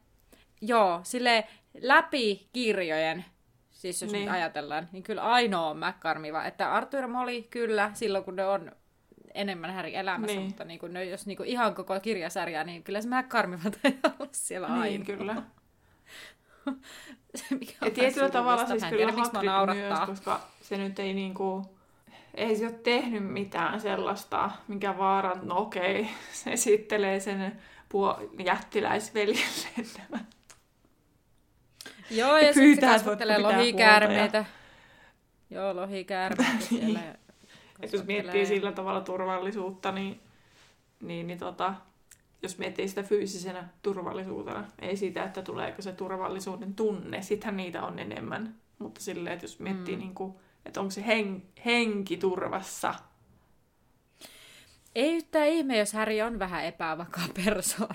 läpi kirjojen, siis jos nyt ajatellaan, niin kyllä ainoa on McCormick, että Arthur ja Molly kyllä silloin, kun ne on enemmän Harry elämässä, mutta niin kun ne, jos niin kun ihan koko kirjasarja, niin kyllä se McCormick tai olla siellä aina. Niin, kyllä. Ja tietyllä tavalla siis kyllä Hagrid myös, koska se nyt ei niinku... Ei se ole tehnyt mitään sellaista, mikä vaaran, no okei, se esittelee sen jättiläisveljelleen nämä. Joo, ja sitten se kasvattelee lohikäärmeitä. Joo, lohikäärmeitä siellä. Et jos miettii sillä tavalla turvallisuutta, niin jos miettii sitä fyysisenä turvallisuutena, ei siitä, että tuleeko se turvallisuuden tunne, sittenhän niitä on enemmän. Mutta silleen, että jos miettii niinku... Että onko se henki turvassa? Ei yhtään ihme, jos Harry on vähän epävakaa persoona.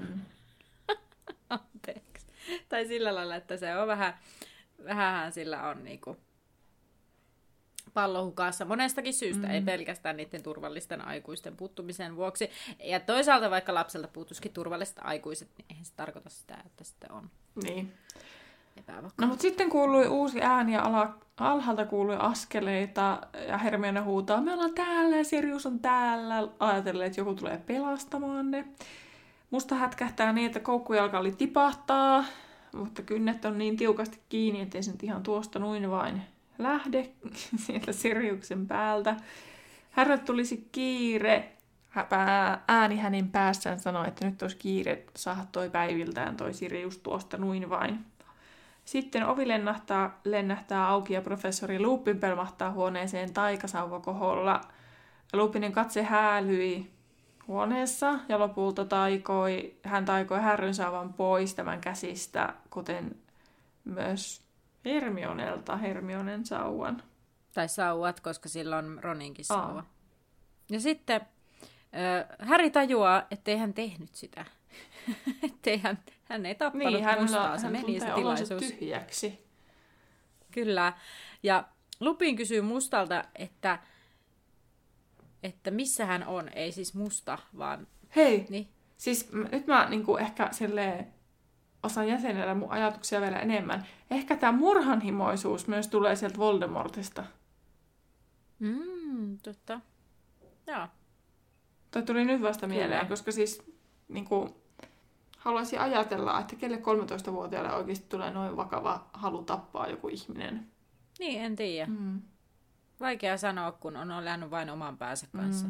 Anteeksi. Tai sillä lailla, että se on vähänhän sillä on niinku pallohukassa monestakin syystä, ei pelkästään niiden turvallisten aikuisten puuttumisen vuoksi. Ja toisaalta vaikka lapselta puuttuisikin turvalliset aikuiset, niin eihän se tarkoita sitä, että sitten on. Niin. No, mutta sitten kuului uusi ääni ja alhaalta kuului askeleita ja Hermione huutaa, me ollaan täällä ja Sirius on täällä. Ajatellen, että joku tulee pelastamaan ne. Musta hätkähtää niin, että koukkujalka tipahtaa, mutta kynnet on niin tiukasti kiinni, ettei se nyt ihan tuosta noin vain lähde sieltä Siriuksen päältä. Harry tulisi kiire. Ääni hänen päässään sanoi, että nyt olisi kiire saada toi päiviltään toi Sirius tuosta noin vain. Sitten ovi lennähtää auki ja professori Lupin pelmahtaa huoneeseen taikasauvakoholla. Lupinin katse häälyi huoneessa ja lopulta hän taikoi Harryn sauvan pois tämän käsistä, kuten myös Hermionen sauvan. Tai sauvat, koska sillä on Roninkin sauva. Ja sitten Harry tajuaa, ettei hän tehnyt sitä. Ettei hän ei tappanut mustaa, se meni se tilaisuus. Tyhjäksi. Kyllä. Ja Lupin kysyy mustalta, että missä hän on. Ei siis musta, vaan... Hei, niin. Siis nyt mä niinku ehkä silleen osaan jäsenellä mun ajatuksia vielä enemmän. Ehkä tämä murhanhimoisuus myös tulee sieltä Voldemortista. Totta. Joo. Toi tuli nyt vasta mieleen, koska siis niinku... Haluaisin ajatella, että kelle 13-vuotiaalle oikeasti tulee noin vakava halu tappaa joku ihminen. Niin, en tiedä. Vaikea sanoa, kun on elänyt vain oman päänsä kanssa.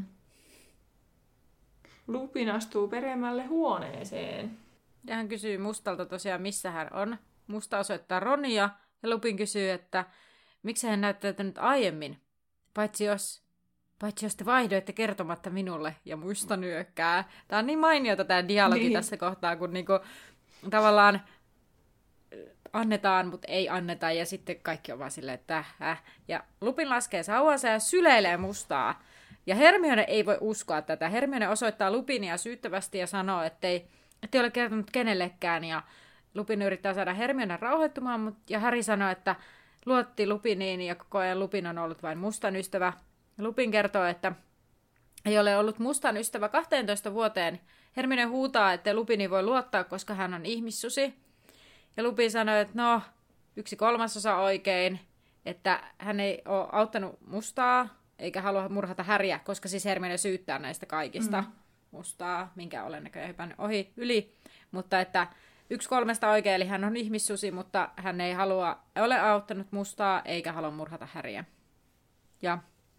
Lupin astuu peremmälle huoneeseen. Ja hän kysyy mustalta tosiaan, missä hän on. Musta osoittaa Ronia, ja Lupin kysyy, että miksi hän näyttäytynyt aiemmin, paitsi jos te vaihdoitte kertomatta minulle, ja musta nyökkää. Tämä on niin mainiota tämä dialogi tässä kohtaa, kun niinku, tavallaan annetaan, mutta ei anneta, ja sitten kaikki on vaan silleen, että Ja Lupin laskee sauvansa ja syleilee mustaa. Ja Hermione ei voi uskoa tätä. Hermione osoittaa Lupinia syyttävästi ja sanoo, ettei ole kertonut kenellekään. Ja Lupin yrittää saada Hermionen rauhoittumaan, ja Harry sanoo, että luotti Lupiniin ja koko ajan Lupin on ollut vain mustan ystävä. Lupin kertoo, että ei ole ollut mustan ystävä 12 vuoteen. Hermione huutaa, että Lupini voi luottaa, koska hän on ihmissusi. Ja Lupin sanoo, että 1/3 oikein, että hän ei ole auttanut mustaa, eikä halua murhata Harryä, koska siis Hermione syyttää näistä kaikista mustaa, minkä olen näköjään hypännyt yli. Mutta että 1/3 oikein, eli hän on ihmissusi, mutta hän ei ole auttanut mustaa, eikä halua murhata Harryä. Ja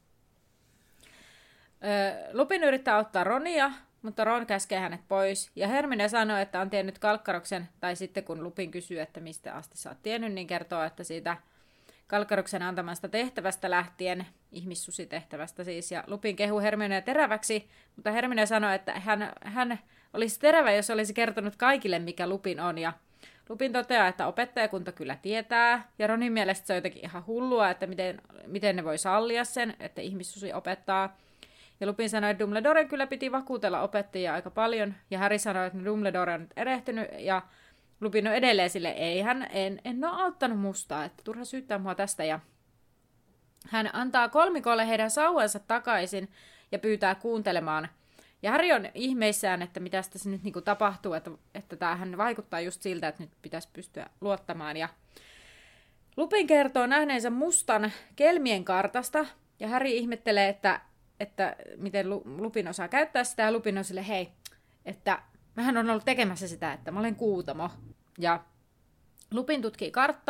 Lupin yrittää auttaa Ronia, mutta Ron käskee hänet pois. Ja Hermione sanoo, että on tiennyt Kalkkaroksen, tai sitten kun Lupin kysyy, että mistä asti sä oot tiennyt, niin kertoo, että siitä Kalkkaroksen antamasta tehtävästä lähtien, ihmissusitehtävästä siis, ja Lupin kehuu Hermionea teräväksi, mutta Hermione sanoi, että hän olisi terävä, jos olisi kertonut kaikille, mikä Lupin on, ja Lupin toteaa, että opettajakunta kyllä tietää, ja Ronin mielestä se on jotenkin ihan hullua, että miten ne voi sallia sen, että ihmissusi opettaa. Ja Lupin sanoi, että Dumbledoren kyllä piti vakuutella opettajia aika paljon, ja Harry sanoi, että Dumbledore on nyt erehtynyt, ja Lupin on edelleen sille, en ole auttanut mustaa, että turha syyttää mua tästä. Ja hän antaa kolmikolle heidän sauvansa takaisin ja pyytää kuuntelemaan. Ja Harry on ihmeissään, että mitä tässä nyt niinku tapahtuu, että tämähän vaikuttaa just siltä, että nyt pitäisi pystyä luottamaan. Ja Lupin kertoo nähneensä mustan kelmien kartasta, ja Harry ihmettelee, että miten Lupin osaa käyttää sitä, ja Lupin on sille, hei, että mähän on ollut tekemässä sitä, että mä olen Kuutamo. Ja Lupin tutki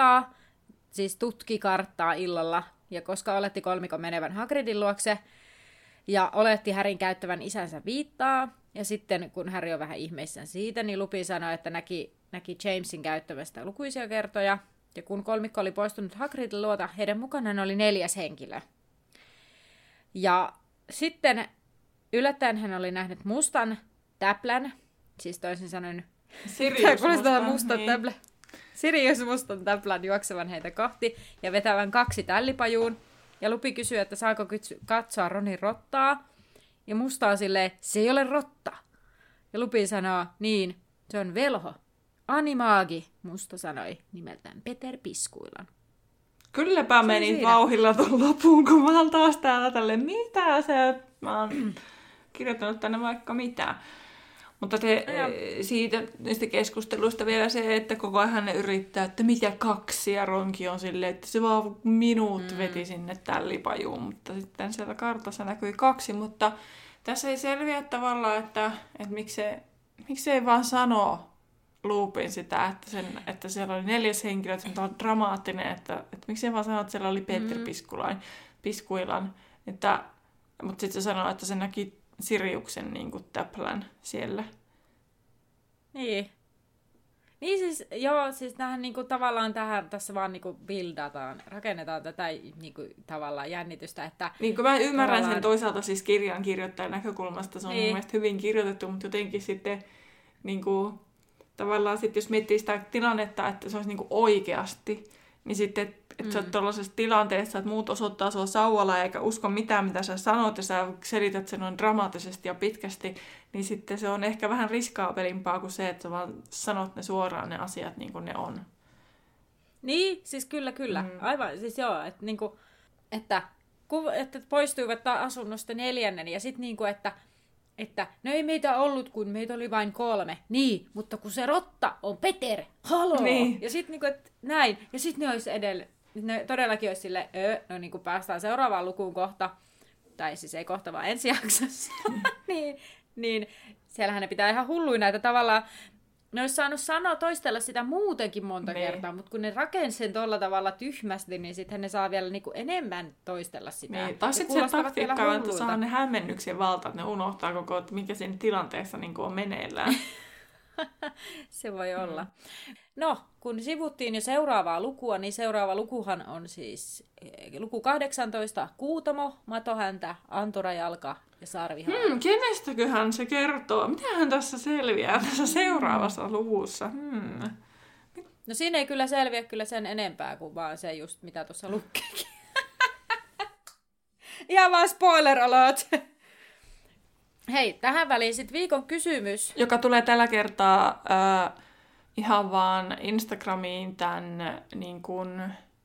karttaa illalla, ja koska oletti kolmikon menevän Hagridin luokse, ja oletti Harryn käyttävän isänsä viittaa, ja sitten kun Harry on vähän ihmeissään siitä, niin Lupin sanoi, että näki Jamesin käyttämästä lukuisia kertoja, ja kun kolmikko oli poistunut Hagridin luota, heidän mukanaan oli 4. henkilö. Ja sitten yllättäen hän oli nähnyt mustan täplän, siis toisin sanoen Sirius mustan täplän juoksevan heitä kohti ja vetävän 2 tällipajuun. Ja Lupi kysyy, että saako katsoa Ronin rottaa. Ja musta on silleen, se ei ole rotta. Ja Lupi sanoo, niin, se on velho. Animaagi, musta sanoi nimeltään Peter Piskuilan. Kylläpä menin vauhilla tuon lopuun, kun mä oon taas täällä tälleen, mitä se, mä oon kirjoittanut tänne vaikka mitä. Mutta siitä niistä keskusteluista vielä se, että koko ajan ne yrittää, että mitä 2, ja Ronki on silleen, että se vaan minut veti sinne tällipajuun, mutta sitten siellä kartassa näkyi 2, mutta tässä ei selviä tavallaan, että miksei vaan sano Lupin sitä, että siellä oli 4. henkilö, että se on dramaattinen, että miksei vaan sano, että siellä oli Peter Piskuilan, mutta sitten se sanoo, että se näki Siriuksen niin kuin täplän siellä. Niin siis tähän niin kuin tavallaan tässä vaan niin kuin rakennetaan tätä niin kuin tavallaan jännitystä, että niin kuin mä ymmärrän sen toisaalta siis kirjan kirjoittajan näkökulmasta, se on mun mielestä hyvin kirjoitettu, mutta jotenkin sitten niin kuin tavallaan sitten jos miettii sitä tilannetta, että se olisi niin kuin oikeasti, niin sitten että sä oot tuollaisessa tilanteessa, että muut osoittaa sua sauvalla eikä usko mitään, mitä sä sanot, ja sä selität sen noin dramaattisesti ja pitkästi, niin sitten se on ehkä vähän riskaapelimpaa kuin se, että sä vaan sanot ne suoraan ne asiat niin kuin ne on. Niin, siis kyllä. Aivan, siis joo, että niinku, että poistuivat asunnosta 4. ja sitten niinku, että no ei meitä ollut, kun meitä oli vain 3. Niin, mutta kun se rotta on Peter, haloo! Niin. Ja sitten niinku, että näin. Ja sitten ne olisi edelleen, ne todellakin olisi silleen, no niinku päästään seuraavaan lukuun kohta. Tai siis ei kohta, vaan ensi jaksossa. niin siellähän ne pitää ihan hulluin näitä tavallaan. Ne olisi saanut toistella sitä muutenkin monta kertaa, mutta kun ne rakensi sen tuolla tavalla tyhmästi, niin sitten ne saa vielä niinku enemmän toistella sitä. Niin. Tai sitten se taktiikka on, että saa ne hämmennyksen valta, että ne unohtaa koko, että mikä siinä tilanteessa niinku on meneillään. Se voi olla. No, kun sivuttiin jo seuraavaa lukua, niin seuraava lukuhan on siis luku 18, Kuutamo, Matohäntä, Anturajalka ja Sarvihaara. Kenestäköhän se kertoo? Mitähän tässä selviää tässä seuraavassa luvussa? No siinä ei kyllä selviä kyllä sen enempää kuin vaan se just, mitä tuossa lukkeekin. Ihan vaan spoiler alert. Hei, tähän väliin sitten viikon kysymys. Joka tulee tällä kertaa ihan vaan Instagramiin tämän niin kuin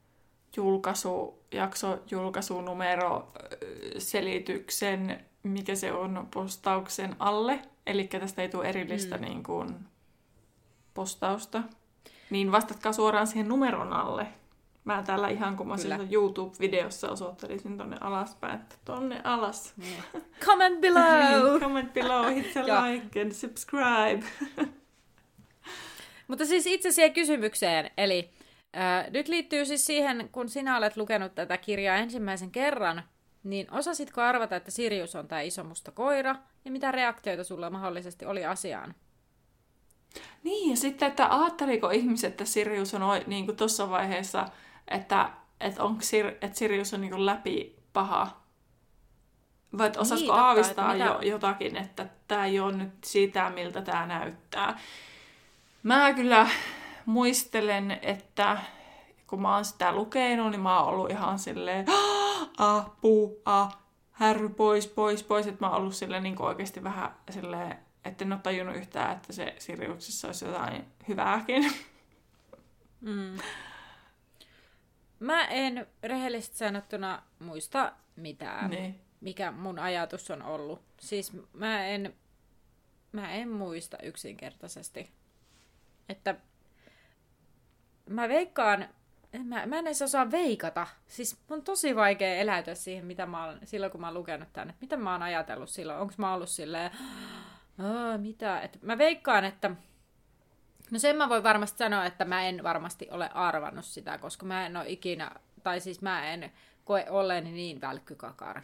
julkaisunumero selityksen, mikä se on, postauksen alle. Eli tästä ei tule erillistä niin kuin postausta. Niin vastatkaa suoraan siihen numeron alle. Mä täällä ihan kun mä YouTube-videossa osoittelisin tonne alaspäin, että tonne alas. Comment below! Comment below, hit the like and subscribe. Mutta siis itse siihen kysymykseen, eli nyt liittyy siis siihen, kun sinä olet lukenut tätä kirjaa ensimmäisen kerran, niin osasitko arvata, että Sirius on tämä iso musta koira, ja mitä reaktioita sulla mahdollisesti oli asiaan? Niin, ja sitten, että ajatteliko ihmiset, että Sirius on niin kuin tuossa vaiheessa, että Sirius on niin kuin läpi paha? Vai että osaisiko aavistaa jotakin, että tämä ei ole nyt sitä, miltä tämä näyttää? Mä kyllä muistelen, että kun mä oon sitä lukenut, niin mä oon ollut ihan silleen härry, pois. Että mä oon ollut silleen niin oikeasti vähän silleen, että en ole tajunnut yhtään, että se Siriuksessa olisi jotain hyvääkin. Mä en rehellisesti sanottuna muista mitään, mikä mun ajatus on ollut. Siis mä en muista yksinkertaisesti. Että mä veikkaan, mä en edes osaa veikata. Siis on tosi vaikea eläytyä siihen, mitä mä oon, silloin kun mä oon lukenut tän, että mitä mä oon ajatellut silloin. Onko mä ollut silleen, mitä? Et mä veikkaan, että no sen mä voin varmasti sanoa, että mä en varmasti ole arvannut sitä, koska mä en ole ikinä, tai siis mä en koe olleeni niin välkkykakara.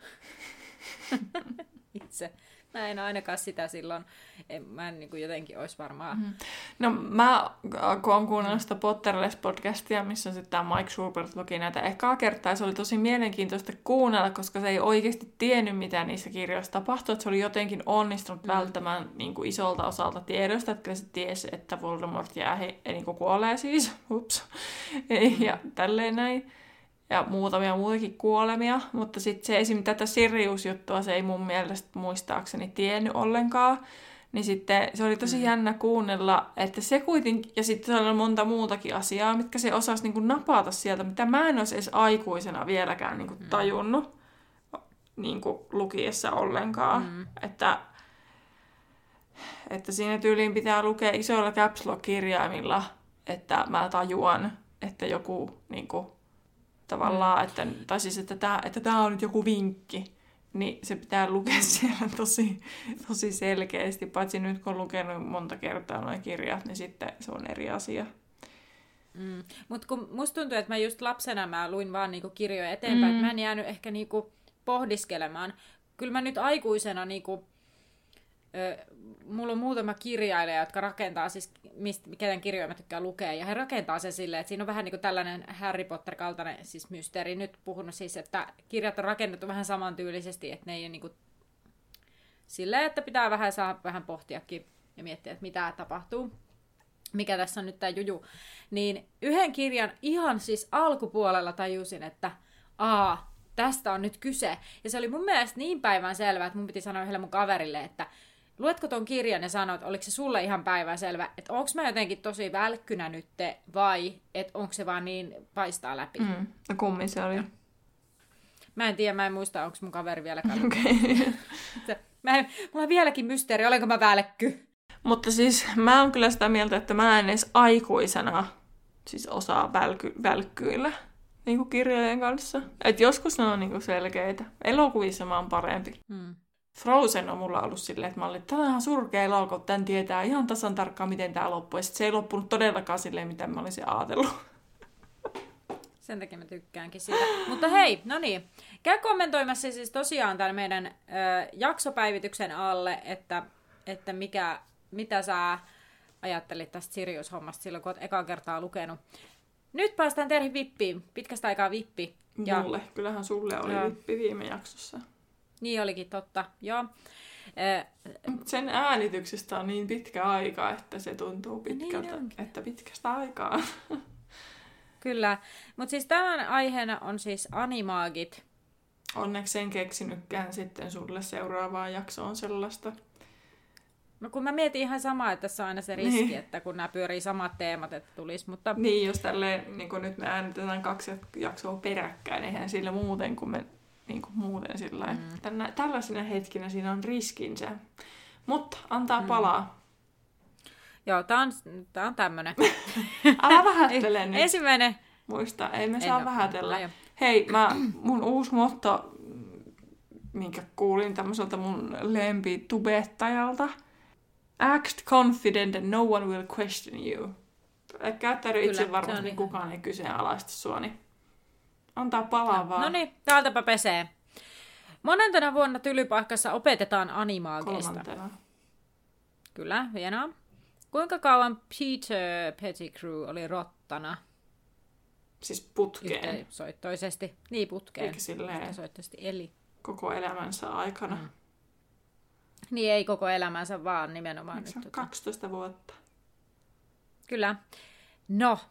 Itse. Mä en ainakaan sitä silloin, mä en niin kuin jotenkin olisi varmaan. No mä, kun olen kuunnellut sitä Potterless-podcastia, missä sitten tämä Mike Schubert luki näitä ekaa kertaa, se oli tosi mielenkiintoista kuunnella, koska se ei oikeasti tiennyt, mitä niissä kirjoissa tapahtui, että se oli jotenkin onnistunut välttämään niin kuin isolta osalta tiedosta, että se tiesi, että Voldemort niin kuin kuolee siis, ja tälleen näin. Ja muutamia muitakin kuolemia, mutta sitten se esim. Tätä Sirius-juttua se ei mun mielestä muistaakseni tiennyt ollenkaan. Niin sitten se oli tosi jännä kuunnella, että se kuitenkin, ja sitten se oli monta muutakin asiaa, mitkä se osasi niin kuin napata sieltä, mitä mä en olisi edes aikuisena vieläkään niin kuin tajunnut niin kuin lukiessa ollenkaan. Että siinä tyyliin pitää lukea isoilla caps lock-kirjaimilla, että mä tajuan, että joku niin kuin tavallaan, tai siis, että tämä on nyt joku vinkki, niin se pitää lukea siellä tosi selkeästi. Paitsi nyt, kun on lukenut monta kertaa nuo kirjat, niin sitten se on eri asia. Mutta kun musta tuntuu, että mä just lapsena mä luin vaan niinku kirjoja eteenpäin, että mä en jäänyt ehkä niinku pohdiskelemaan. Kyllä mä nyt aikuisena niinku, mulla on muutama kirjailija, jotka rakentaa siis, kenen kirjoja mä tykkään lukea, ja he rakentaa sen silleen, että siinä on vähän niin kuin tällainen Harry Potter-kaltainen siis mysteeri. Nyt puhunut siis, että kirjat on rakennettu vähän samantyylisesti, että ne ei ole niin kuin silleen, että pitää vähän pohtiakin ja miettiä, että mitä tapahtuu. Mikä tässä on nyt tämä juju. Niin yhden kirjan ihan siis alkupuolella tajusin, että tästä on nyt kyse. Ja se oli mun mielestä niin päivänselvää, että mun piti sanoa yhdelle mun kaverille, että luetko ton kirjan ja sanoit, että oliko se sulle ihan päivänselvä, että onko mä jotenkin tosi välkkynä nyt vai että onko se vaan niin paistaa läpi. Ja kummi se oli? Mä en tiedä, mä en muista, onko mun kaveri vieläkään. Mulla on vieläkin mysteeri, olenko mä välkky. Mutta siis mä oon kyllä sitä mieltä, että mä en edes aikuisena siis osaa välkkyillä niinku kirjojen kanssa. Et joskus ne on niinku selkeitä. Elokuvissa mä oon parempi. Frozen on mulla ollut silleen, että mä olin, että tämä on ihan surkea elokuva, tän tietää ihan tasan tarkkaan, miten tää loppui. Ja sit se ei loppunut todellakaan silleen, mitä mä olisin ajatellut. Sen takia mä tykkäänkin siitä. Mutta hei, no niin. Käy kommentoimassa siis tosiaan tämän meidän jaksopäivityksen alle, että mitä sä ajattelit tästä Sirius-hommasta silloin, kun oot ekaa kertaa lukenut. Nyt päästään Terhi vippiin. Pitkästä aikaa vippi. Mulle. Kyllähän sulle oli vippi viime jaksossa. Niin olikin, totta. Joo. Sen äänityksestä on niin pitkä aika, että se tuntuu pitkältä, että pitkästä aikaa. Kyllä. Mutta siis tämän aiheena on siis animaagit. Onneksi en keksinytkään sitten sulle seuraavaan jaksoon sellaista. No kun mä mietin ihan samaa, että tässä on aina se riski, että kun nämä pyörii samat teemat, että tulisi, mutta... Niin, jos tälleen, niin kun nyt me äänitetään 2 jaksoa peräkkäin, eihän sillä muuten kuin me niin kuin muuten sillä tällaisina hetkinä siinä on riskinsä. Mutta antaa palaa. Joo, tää on tämmönen. Älä vähättele nyt. Ensimmäinen. Muista, ei me saa vähätellä. Hei, mun uusi motto, minkä kuulin tämmöiseltä mun lempitubettajalta. Act confident and no one will question you. Käyttäydy itse varmasti, niin kukaan ei kyseenalaista sua, niin antaa palaa vaan. No niin, täältäpä pesee. Monentena vuonna Tylypahkassa opetetaan animaageista. 3. Kyllä, hienoa. Kuinka kauan Peter Pettigrew oli rottana? Siis putkeen. Yhteensoittoisesti. Niin, putkeen. Eikä silleen yhteensoittoisesti eli. Koko elämänsä aikana. Niin, ei koko elämänsä, vaan nimenomaan. Eikö se 12 vuotta? Kyllä. No,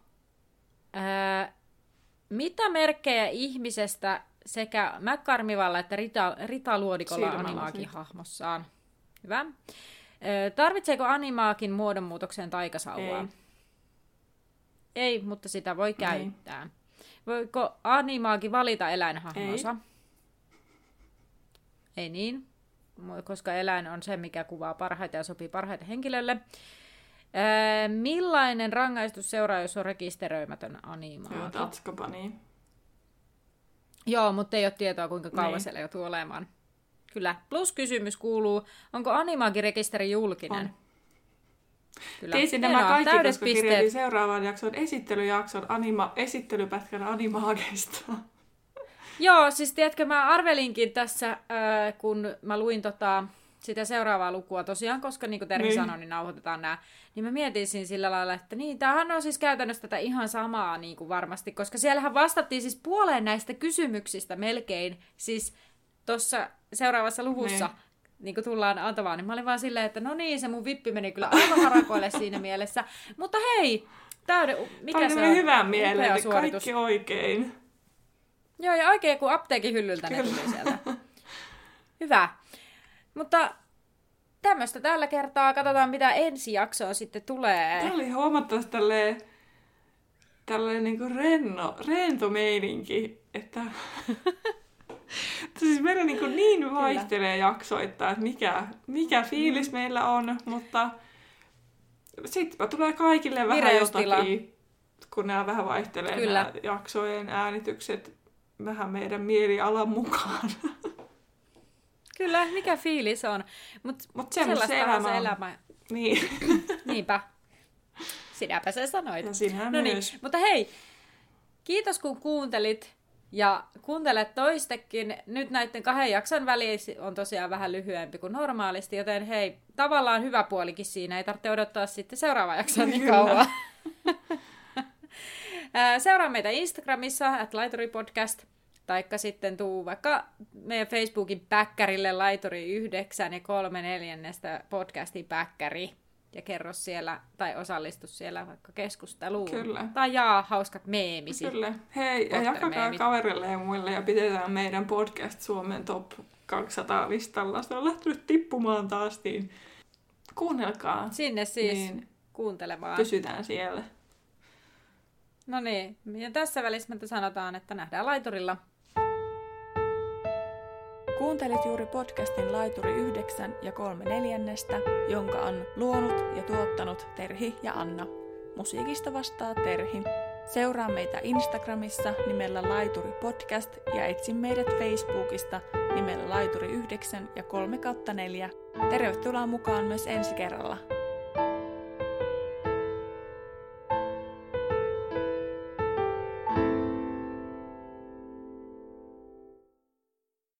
mitä merkkejä ihmisestä sekä McCarmivalla että Rita Luodikolla animaakin hahmossaan? Hyvä. Tarvitseeko animaakin muodonmuutokseen taikasauvaa? Ei, mutta sitä voi käyttää. Ei. Voiko animaakin valita eläinhahmonsa? Ei niin, koska eläin on se, mikä kuvaa parhaiten ja sopii parhaiten henkilölle. Millainen rangaistus seuraa, jos on rekisteröimätön animaaki? Azkabani. Joo, mutta ei ole tietoa, kuinka kauan siellä joutuu olemaan. Kyllä. Pluskysymys kuuluu, onko animaagirekisteri julkinen? On. Tiesin nämä kaikki, koska kirjoitin seuraavan jakson esittelyjakson esittelypätkän animaageista. Joo, siis tiedätkö, mä arvelinkin tässä, kun mä luin sitä seuraavaa lukua tosiaan, koska niin kuin Terhi sanoi, niin nauhoitetaan nämä, niin mä mietin sillä lailla, että niin, tämähän on siis käytännössä tätä ihan samaa niin kuin varmasti, koska siellähän vastattiin siis puoleen näistä kysymyksistä melkein, siis tuossa seuraavassa luvussa, niin kuin tullaan antamaan, niin mä olin vaan silleen, että no niin, se mun vippi meni kyllä aivan harakoille siinä mielessä, mutta hei, mikä se on? Hyvä mieleen, kaikki oikein. Joo, ja oikein kuin apteekin hyllyltä ne tuli sieltä. Hyvä. Mutta tämmöistä tällä kertaa. Katsotaan, mitä ensi jaksoa sitten tulee. Tämä oli huomattavasti tälleen niin kuin rento meininki, että siis meillä niin vaihtelee jaksoittaa, että mikä fiilis meillä on, mutta sitten tulee kaikille vähän jotakin, kun nämä vähän vaihtelee nämä jaksojen äänitykset vähän meidän mielialan mukaan. Kyllä, mikä fiilis on. Mut sellaista se elämä. Niin. Niinpä. Sinäpä sä sanoit. Ja sinä no myös. Niin. Mutta hei, kiitos kun kuuntelit ja kuuntelet toistekin. Nyt näiden 2 jakson väliin on tosiaan vähän lyhyempi kuin normaalisti, joten hei, tavallaan hyvä puolikin siinä. Ei tarvitse odottaa sitten seuraava jaksoa niin kauan. Seuraa meitä Instagramissa @laituripodcast. Taikka sitten tuu vaikka meidän Facebookin päkkärille Laituri 9 ja 3/4 podcastin päkkäri. Ja kerro siellä tai osallistu siellä vaikka keskusteluun. Kyllä. Tai jaa hauskat meemisi. Kyllä. Hei, ja jakakaa kaverille ja muille ja pidetään meidän podcast Suomen top 200 listalla. Se on lähtenyt tippumaan taas, niin kuunnelkaa. Sinne siis kuuntelemaan. Pysytään siellä. No niin, ja tässä välissä me sanotaan, että nähdään laiturilla. Kuuntelit juuri podcastin Laituri 9 ja 3/4, jonka on luonut ja tuottanut Terhi ja Anna. Musiikista vastaa Terhi. Seuraa meitä Instagramissa nimellä Laituri Podcast ja etsi meidät Facebookista nimellä Laituri 9 ja 3/4. Tervetuloa mukaan myös ensi kerralla.